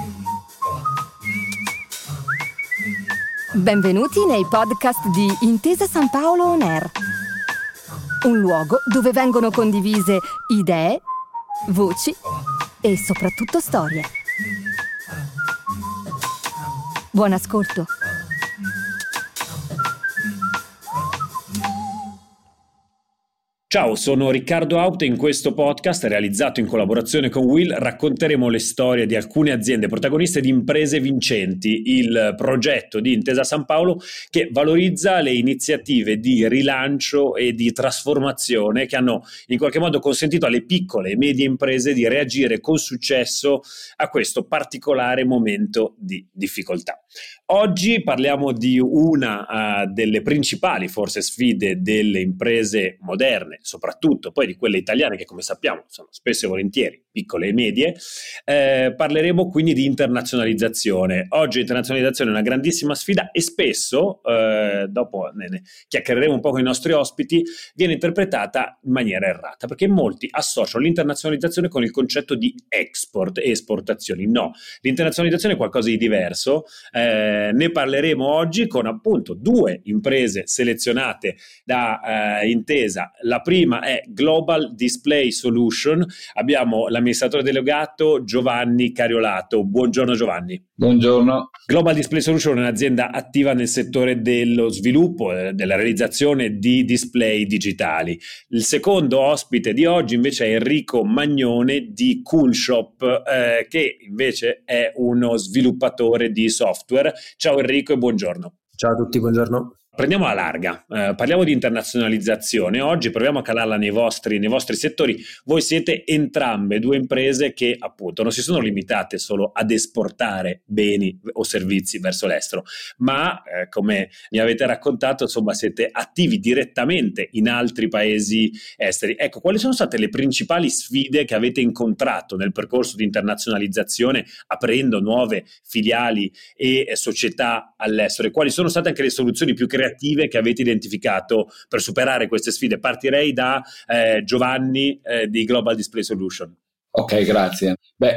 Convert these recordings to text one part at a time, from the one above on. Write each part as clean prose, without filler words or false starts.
Benvenuti nei podcast di Intesa San Paolo On Air, un luogo dove vengono condivise idee, voci e soprattutto storie. Buon ascolto. Ciao, sono Riccardo Haupt e in questo podcast, realizzato in collaborazione con Will, racconteremo le storie di alcune aziende protagoniste di Imprese Vincenti, il progetto di Intesa San Paolo che valorizza le iniziative di rilancio e di trasformazione che hanno in qualche modo consentito alle piccole e medie imprese di reagire con successo a questo particolare momento di difficoltà. Oggi parliamo di una delle principali forse sfide delle imprese moderne, soprattutto poi di quelle italiane che, come sappiamo, sono spesso e volentieri piccole e medie. Parleremo quindi di internazionalizzazione. Oggi internazionalizzazione è una grandissima sfida e spesso, dopo ne chiacchiereremo un po' con i nostri ospiti, viene interpretata in maniera errata, perché molti associano l'internazionalizzazione con il concetto di export e esportazioni. No, l'internazionalizzazione è qualcosa di diverso. Ne parleremo oggi con appunto due imprese selezionate da Intesa. La prima è Global Display Solution. Abbiamo l'amministratore delegato Giovanni Cariolato. Buongiorno Giovanni. Buongiorno. Global Display Solution è un'azienda attiva nel settore dello sviluppo, della realizzazione di display digitali. Il secondo ospite di oggi invece è Enrico Magnone di Coolshop, che invece è uno sviluppatore di software. Ciao Enrico e buongiorno. Ciao a tutti, buongiorno. Prendiamo la larga, parliamo di internazionalizzazione. Oggi proviamo a calarla nei vostri settori. Voi siete entrambe due imprese che appunto non si sono limitate solo ad esportare beni o servizi verso l'estero, ma come mi avete raccontato, insomma, siete attivi direttamente in altri paesi esteri. Ecco, quali sono state le principali sfide che avete incontrato nel percorso di internazionalizzazione, aprendo nuove filiali e società all'estero? E quali sono state anche le soluzioni più creative che avete identificato per superare queste sfide? Partirei da Giovanni di Global Display Solution. Ok, grazie.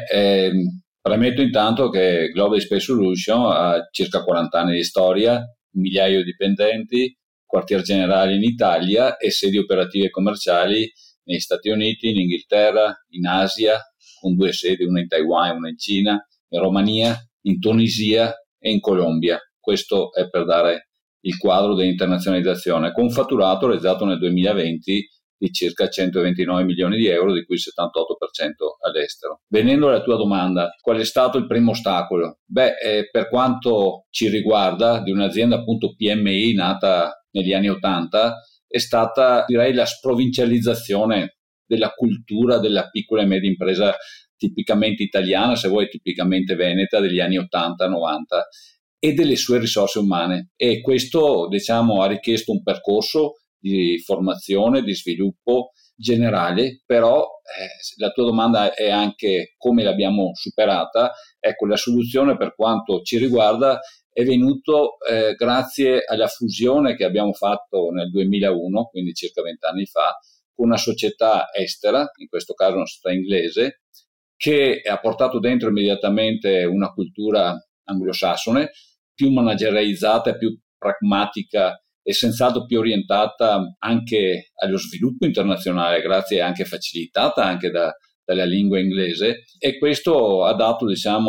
Premetto intanto che Global Display Solution ha circa 40 anni di storia, 1 migliaio di dipendenti, quartier generale in Italia e sedi operative e commerciali negli Stati Uniti, in Inghilterra, in Asia, con 2 sedi, una in Taiwan e una in Cina, in Romania, in Tunisia e in Colombia. Questo è per dare il quadro dell'internazionalizzazione, con un fatturato realizzato nel 2020 di circa 129 milioni di euro, di cui il 78% all'estero. Venendo alla tua domanda, qual è stato il primo ostacolo? Per quanto ci riguarda, di un'azienda appunto PMI nata negli anni 80, è stata, direi, la sprovincializzazione della cultura della piccola e media impresa tipicamente italiana, se vuoi tipicamente veneta, degli anni 80-90, e delle sue risorse umane, e questo ha richiesto un percorso di formazione, di sviluppo generale. Però la tua domanda è anche come l'abbiamo superata. Ecco, la soluzione per quanto ci riguarda è venuto grazie alla fusione che abbiamo fatto nel 2001, quindi circa 20 anni fa, con una società estera, in questo caso una società inglese, che ha portato dentro immediatamente una cultura anglosassone, più managerializzata, più pragmatica e senz'altro più orientata anche allo sviluppo internazionale, grazie anche facilitata anche dalla lingua inglese, e questo ha dato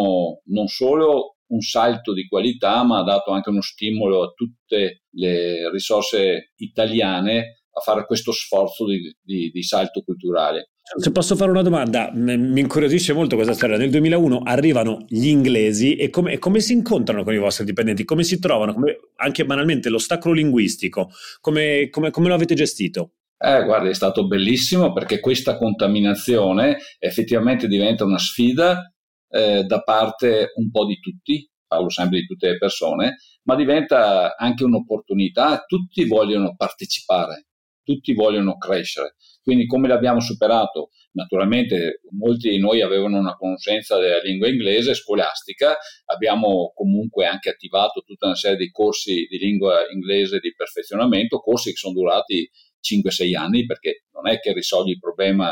non solo un salto di qualità, ma ha dato anche uno stimolo a tutte le risorse italiane a fare questo sforzo di salto culturale. Se posso fare una domanda, mi incuriosisce molto questa storia. Nel 2001 arrivano gli inglesi e come si incontrano con i vostri dipendenti? Come si trovano? Anche banalmente l'ostacolo linguistico, come lo avete gestito? Guarda, è stato bellissimo, perché questa contaminazione effettivamente diventa una sfida da parte un po' di tutti, parlo sempre di tutte le persone, ma diventa anche un'opportunità. Tutti vogliono partecipare, tutti vogliono crescere. Quindi come l'abbiamo superato? Naturalmente molti di noi avevano una conoscenza della lingua inglese scolastica, abbiamo comunque anche attivato tutta una serie di corsi di lingua inglese di perfezionamento, corsi che sono durati 5-6 anni, perché non è che risolvi il problema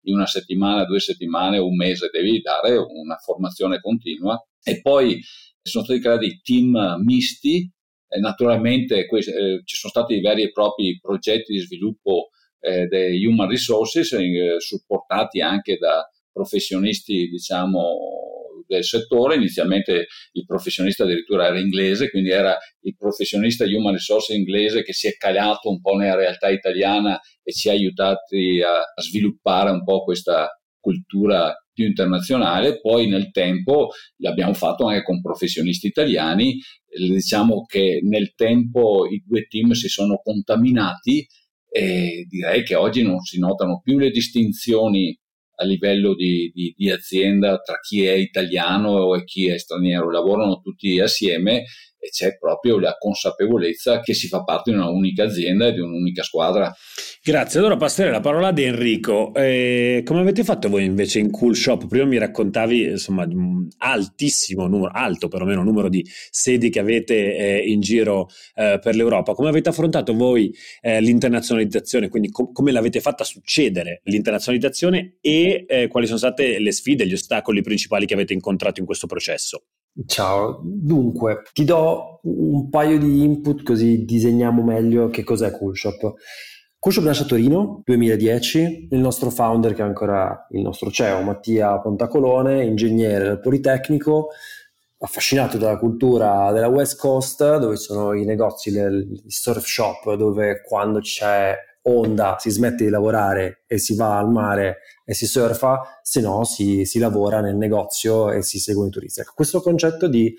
in una settimana, 2 settimane, un mese, devi dare una formazione continua. E poi sono stati creati team misti, naturalmente ci sono stati veri e propri progetti di sviluppo dei human resources, supportati anche da professionisti, diciamo, del settore. Inizialmente il professionista addirittura era inglese, quindi era il professionista human resource inglese che si è calato un po' nella realtà italiana e ci ha aiutati a sviluppare un po' questa cultura più internazionale. Poi nel tempo l'abbiamo fatto anche con professionisti italiani. Diciamo che nel tempo i due team si sono contaminati e direi che oggi non si notano più le distinzioni a livello di azienda tra chi è italiano e chi è straniero. Lavorano tutti assieme e c'è proprio la consapevolezza che si fa parte di una unica azienda e di un'unica squadra. Grazie, allora passerei la parola ad Enrico. Come avete fatto voi invece in Coolshop? Prima mi raccontavi insomma di un altissimo numero, alto perlomeno numero di sedi che avete in giro per l'Europa. Come avete affrontato voi l'internazionalizzazione? Quindi come l'avete fatta succedere l'internazionalizzazione e quali sono state le sfide, gli ostacoli principali che avete incontrato in questo processo? Ciao, dunque ti do un paio di input così disegniamo meglio che cos'è Coolshop. Coolshop nasce a Torino, 2010, il nostro founder, che è ancora il nostro CEO, Mattia Pontacolone, ingegnere del Politecnico, affascinato dalla cultura della West Coast, dove sono i negozi, i surf shop, dove quando c'è onda si smette di lavorare e si va al mare e si surfa, se no si lavora nel negozio e si seguono i turisti. Ecco, questo concetto di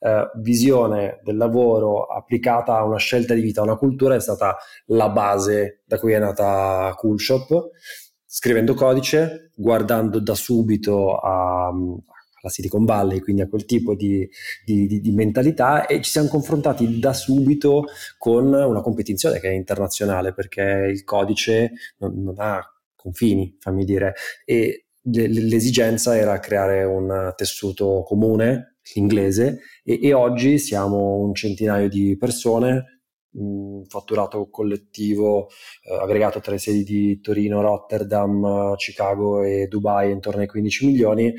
visione del lavoro applicata a una scelta di vita, a una cultura, è stata la base da cui è nata Coolshop, scrivendo codice, guardando da subito alla Silicon Valley, quindi a quel tipo di mentalità, e ci siamo confrontati da subito con una competizione che è internazionale, perché il codice non ha confini, fammi dire, e l'esigenza era creare un tessuto comune, inglese, e oggi siamo un centinaio di persone, fatturato collettivo aggregato tra le sedi di Torino, Rotterdam, Chicago e Dubai intorno ai 15 milioni.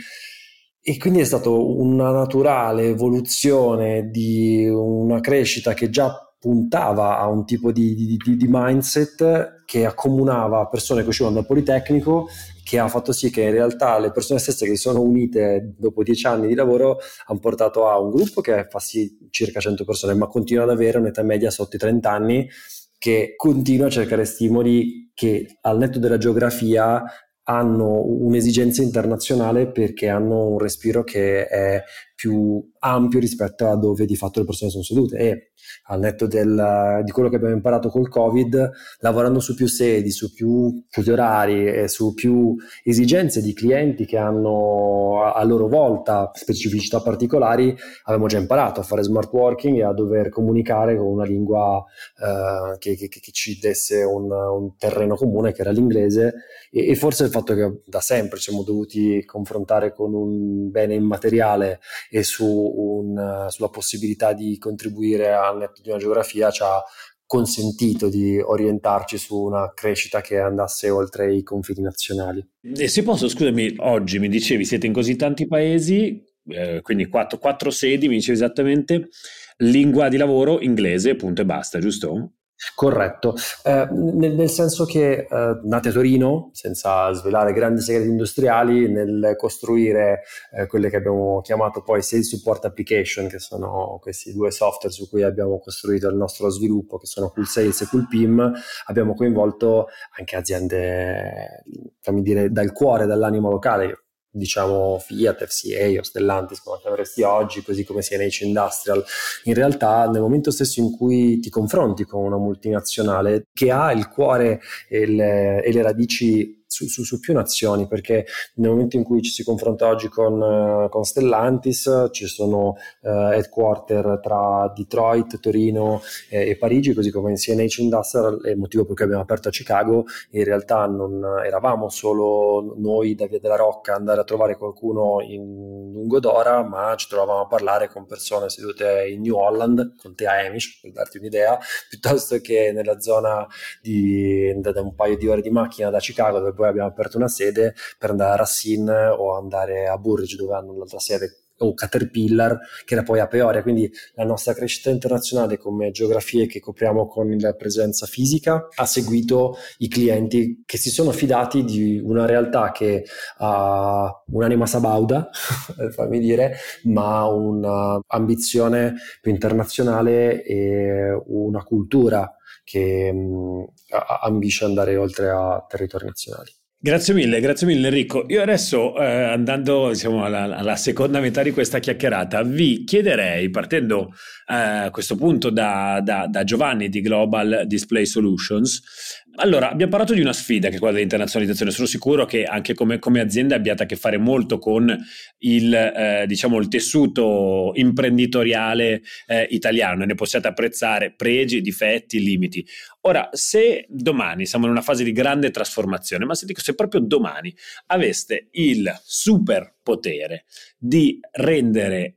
E quindi è stata una naturale evoluzione di una crescita che già puntava a un tipo di mindset che accomunava persone che uscivano dal Politecnico, che ha fatto sì che in realtà le persone stesse che si sono unite dopo 10 anni di lavoro hanno portato a un gruppo che fa sì circa 100 persone, ma continua ad avere un'età media sotto i 30 anni, che continua a cercare stimoli che, al netto della geografia, hanno un'esigenza internazionale, perché hanno un respiro che è più ampio rispetto a dove di fatto le persone sono sedute. E al netto di quello che abbiamo imparato col Covid, lavorando su più sedi, su più fusi orari e su più esigenze di clienti che hanno a loro volta specificità particolari, abbiamo già imparato a fare smart working e a dover comunicare con una lingua che ci desse un terreno comune, che era l'inglese, e forse il fatto che da sempre ci siamo dovuti confrontare con un bene immateriale e sulla possibilità di contribuire al netto di una geografia ci ha consentito di orientarci su una crescita che andasse oltre i confini nazionali. E se posso, scusami, oggi mi dicevi siete in così tanti paesi, quindi quattro sedi, mi dicevi esattamente, lingua di lavoro inglese, punto e basta, giusto? Corretto, nel senso che nati a Torino, senza svelare grandi segreti industriali, nel costruire quelle che abbiamo chiamato poi Sales Support Application, che sono questi due software su cui abbiamo costruito il nostro sviluppo, che sono Cool Sales e Cool PIM, abbiamo coinvolto anche aziende, fammi dire, dal cuore, dall'animo locale, diciamo Fiat, FCA o Stellantis, come chiameresti oggi, così come CNH Industrial. In realtà, nel momento stesso in cui ti confronti con una multinazionale che ha il cuore e le radici su più nazioni, perché nel momento in cui ci si confronta oggi con Stellantis, ci sono headquarter tra Detroit, Torino e Parigi, così come in CNH Industrial. Il motivo per cui abbiamo aperto a Chicago, in realtà non eravamo solo noi da Via della Rocca andare a trovare qualcuno in Lungodora, ma ci trovavamo a parlare con persone sedute in New Holland, con Tea Amish, per darti un'idea, piuttosto che nella zona da un paio di ore di macchina da Chicago, dove poi abbiamo aperto una sede per andare a Racine o andare a Burridge, dove hanno un'altra sede, o Caterpillar, che era poi a Peoria. Quindi la nostra crescita internazionale come geografie che copriamo con la presenza fisica ha seguito i clienti che si sono fidati di una realtà che ha un'anima sabauda, fammi dire, ma un'ambizione più internazionale e una cultura che ambisce andare oltre a territori nazionali. Grazie mille Enrico. Io adesso andando diciamo alla seconda metà di questa chiacchierata vi chiederei, partendo a questo punto da Giovanni di Global Display Solutions. Allora, abbiamo parlato di una sfida che è quella dell'internazionalizzazione. Sono sicuro che anche come azienda abbiate a che fare molto con il tessuto imprenditoriale italiano, e ne possiate apprezzare pregi, difetti, limiti. Ora, se domani siamo in una fase di grande trasformazione, ma se proprio domani aveste il superpotere di rendere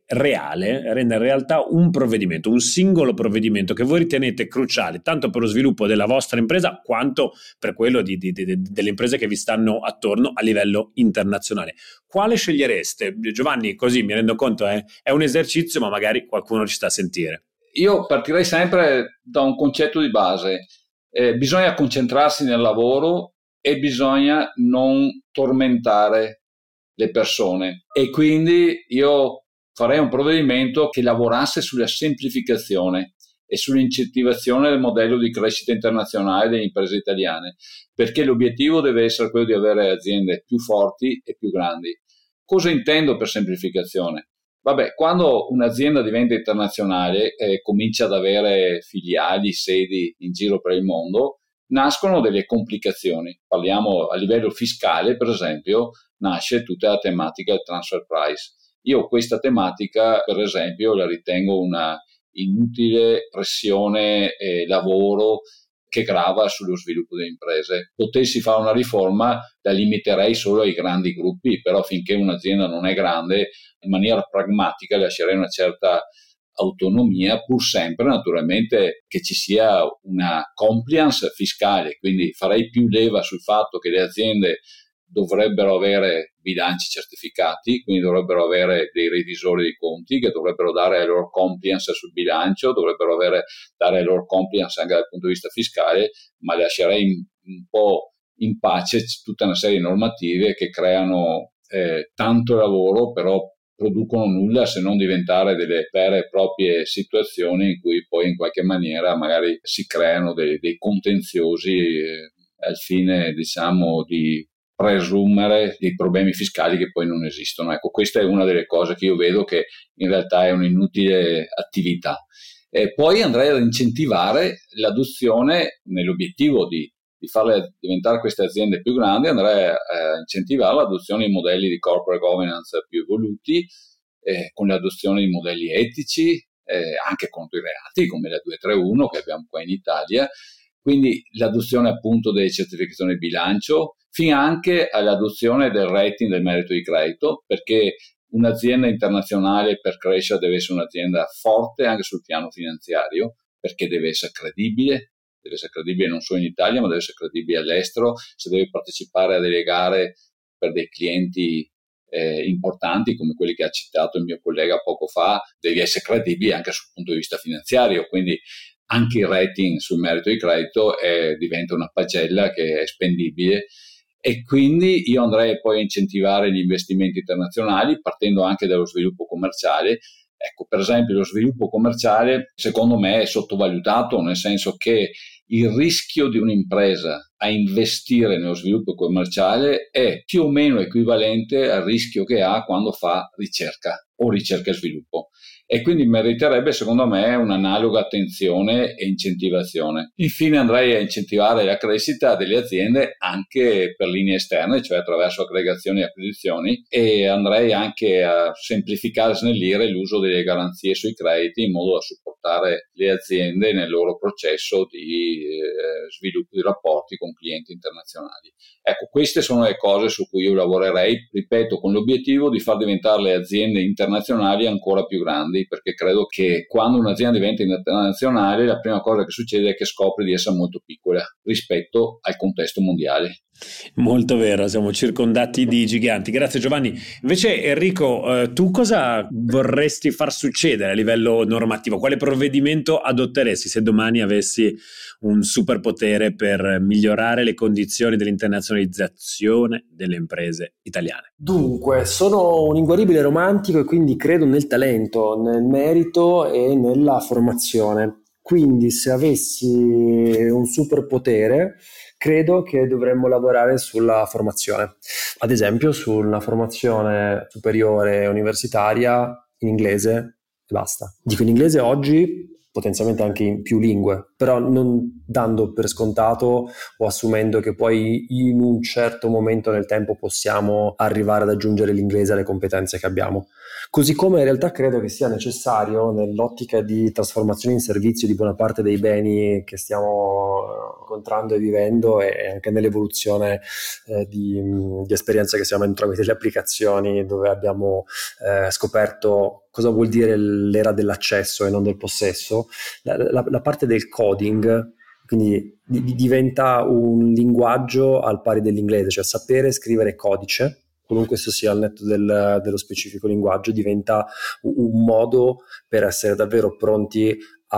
in realtà un provvedimento, un singolo provvedimento che voi ritenete cruciale, tanto per lo sviluppo della vostra impresa quanto per quello delle imprese che vi stanno attorno a livello internazionale, quale scegliereste? Giovanni, così mi rendo conto è un esercizio, ma magari qualcuno ci sta a sentire. Io partirei sempre da un concetto di base. Bisogna concentrarsi nel lavoro e bisogna non tormentare le persone, e quindi io farei un provvedimento che lavorasse sulla semplificazione e sull'incentivazione del modello di crescita internazionale delle imprese italiane, perché l'obiettivo deve essere quello di avere aziende più forti e più grandi. Cosa intendo per semplificazione? Vabbè, quando un'azienda diventa internazionale e comincia ad avere filiali, sedi in giro per il mondo, nascono delle complicazioni. Parliamo a livello fiscale, per esempio, nasce tutta la tematica del transfer price. Io questa tematica, per esempio, la ritengo una inutile pressione e lavoro che grava sullo sviluppo delle imprese. Potessi fare una riforma, la limiterei solo ai grandi gruppi, però finché un'azienda non è grande, in maniera pragmatica lascerei una certa autonomia, pur sempre naturalmente che ci sia una compliance fiscale, quindi farei più leva sul fatto che le aziende dovrebbero avere bilanci certificati, quindi dovrebbero avere dei revisori dei conti che dovrebbero dare la loro compliance sul bilancio, dovrebbero dare la loro compliance anche dal punto di vista fiscale, ma lascerei un po' in pace tutta una serie di normative che creano tanto lavoro, però producono nulla se non diventare delle vere e proprie situazioni in cui poi in qualche maniera magari si creano dei contenziosi al fine, diciamo, di presumere dei problemi fiscali che poi non esistono. Ecco, questa è una delle cose che io vedo che in realtà è un'inutile attività. Poi andrei ad incentivare l'adozione, nell'obiettivo di farle diventare queste aziende più grandi, andrei a incentivare l'adozione di modelli di corporate governance più evoluti, con l'adozione di modelli etici, anche contro i reati come la 231 che abbiamo qua in Italia, quindi l'adozione appunto delle certificazioni di bilancio, fino anche all'adozione del rating del merito di credito, perché un'azienda internazionale per crescere deve essere un'azienda forte anche sul piano finanziario, perché deve essere credibile non solo in Italia, ma deve essere credibile all'estero. Se deve partecipare a delle gare per dei clienti importanti come quelli che ha citato il mio collega poco fa, devi essere credibile anche sul punto di vista finanziario, quindi anche il rating sul merito di credito diventa una pagella che è spendibile, e quindi io andrei poi a incentivare gli investimenti internazionali partendo anche dallo sviluppo commerciale. Ecco, per esempio, lo sviluppo commerciale secondo me è sottovalutato, nel senso che il rischio di un'impresa a investire nello sviluppo commerciale è più o meno equivalente al rischio che ha quando fa ricerca o ricerca e sviluppo, e quindi meriterebbe secondo me un'analoga attenzione e incentivazione. Infine andrei a incentivare la crescita delle aziende anche per linee esterne, cioè attraverso aggregazioni e acquisizioni, e andrei anche a semplificare e snellire l'uso delle garanzie sui crediti in modo da supportare le aziende nel loro processo di sviluppo di rapporti con clienti internazionali. Ecco, queste sono le cose su cui io lavorerei, ripeto, con l'obiettivo di far diventare le aziende internazionali ancora più grandi, perché credo che quando un'azienda diventa internazionale la prima cosa che succede è che scopre di essere molto piccola rispetto al contesto mondiale. Molto vero, siamo circondati di giganti. Grazie Giovanni. Invece Enrico, tu cosa vorresti far succedere a livello normativo? Quale provvedimento adotteresti se domani avessi un superpotere per migliorare le condizioni dell'internazionalizzazione delle imprese italiane? Dunque, sono un inguaribile romantico e quindi credo nel talento, nel merito e nella formazione. Quindi se avessi un superpotere, credo che dovremmo lavorare sulla formazione, ad esempio sulla formazione superiore universitaria in inglese e basta. Dico in inglese oggi, potenzialmente anche in più lingue, però non dando per scontato o assumendo che poi in un certo momento nel tempo possiamo arrivare ad aggiungere l'inglese alle competenze che abbiamo. Così come in realtà credo che sia necessario nell'ottica di trasformazione in servizio di buona parte dei beni che stiamo incontrando e vivendo e anche nell'evoluzione di esperienze che stiamo avendo tramite le applicazioni, dove abbiamo scoperto cosa vuol dire l'era dell'accesso e non del possesso. La parte del coding quindi diventa un linguaggio al pari dell'inglese, cioè sapere scrivere codice, qualunque esso sia al netto dello specifico linguaggio, diventa un modo per essere davvero pronti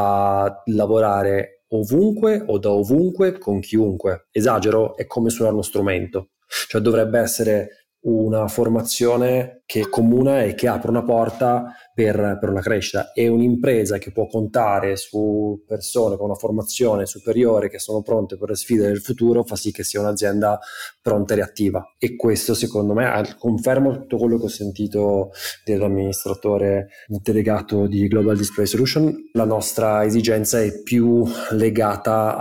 a lavorare ovunque o da ovunque con chiunque. Esagero, è come suonare uno strumento, cioè dovrebbe essere una formazione che comuna e che apre una porta per una crescita, e un'impresa che può contare su persone con una formazione superiore che sono pronte per le sfide del futuro fa sì che sia un'azienda pronta e reattiva. E questo secondo me conferma tutto quello che ho sentito dall'amministratore delegato di Global Display Solution. La nostra esigenza è più legata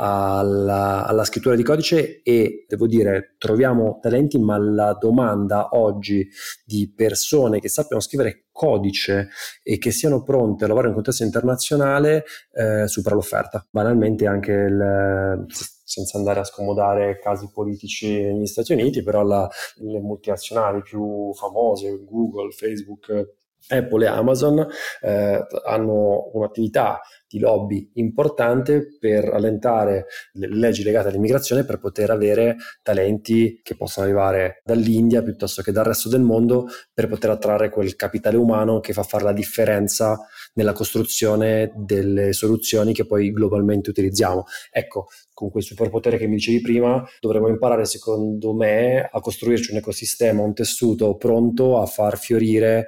alla scrittura di codice e devo dire troviamo talenti, ma la domanda oggi di persone che sappiano scrivere codice e che siano pronte a lavorare in un contesto internazionale supera l'offerta. Banalmente anche senza andare a scomodare casi politici negli Stati Uniti, però le multinazionali più famose, Google, Facebook, Apple e Amazon, hanno un'attività di lobby importante per allentare le leggi legate all'immigrazione, per poter avere talenti che possono arrivare dall'India piuttosto che dal resto del mondo, per poter attrarre quel capitale umano che fa fare la differenza nella costruzione delle soluzioni che poi globalmente utilizziamo. Ecco, con quel superpotere che mi dicevi prima, dovremmo imparare, secondo me, a costruirci un ecosistema, un tessuto pronto a far fiorire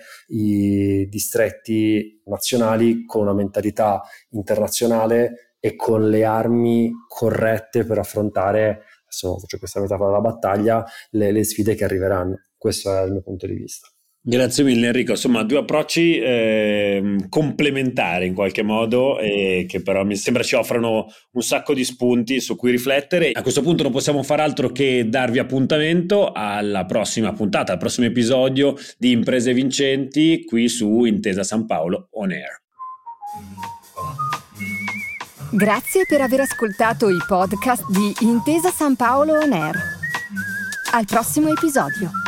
i distretti nazionali con una mentalità internazionale e con le armi corrette per affrontare, adesso faccio questa metafora della battaglia, le sfide che arriveranno. Questo è il mio punto di vista. Grazie mille Enrico, insomma due approcci complementari in qualche modo e che però mi sembra ci offrano un sacco di spunti su cui riflettere. A questo punto non possiamo far altro che darvi appuntamento alla prossima puntata, al prossimo episodio di Imprese Vincenti qui su Intesa San Paolo On Air. Grazie per aver ascoltato i podcast di Intesa San Paolo On Air. Al prossimo episodio.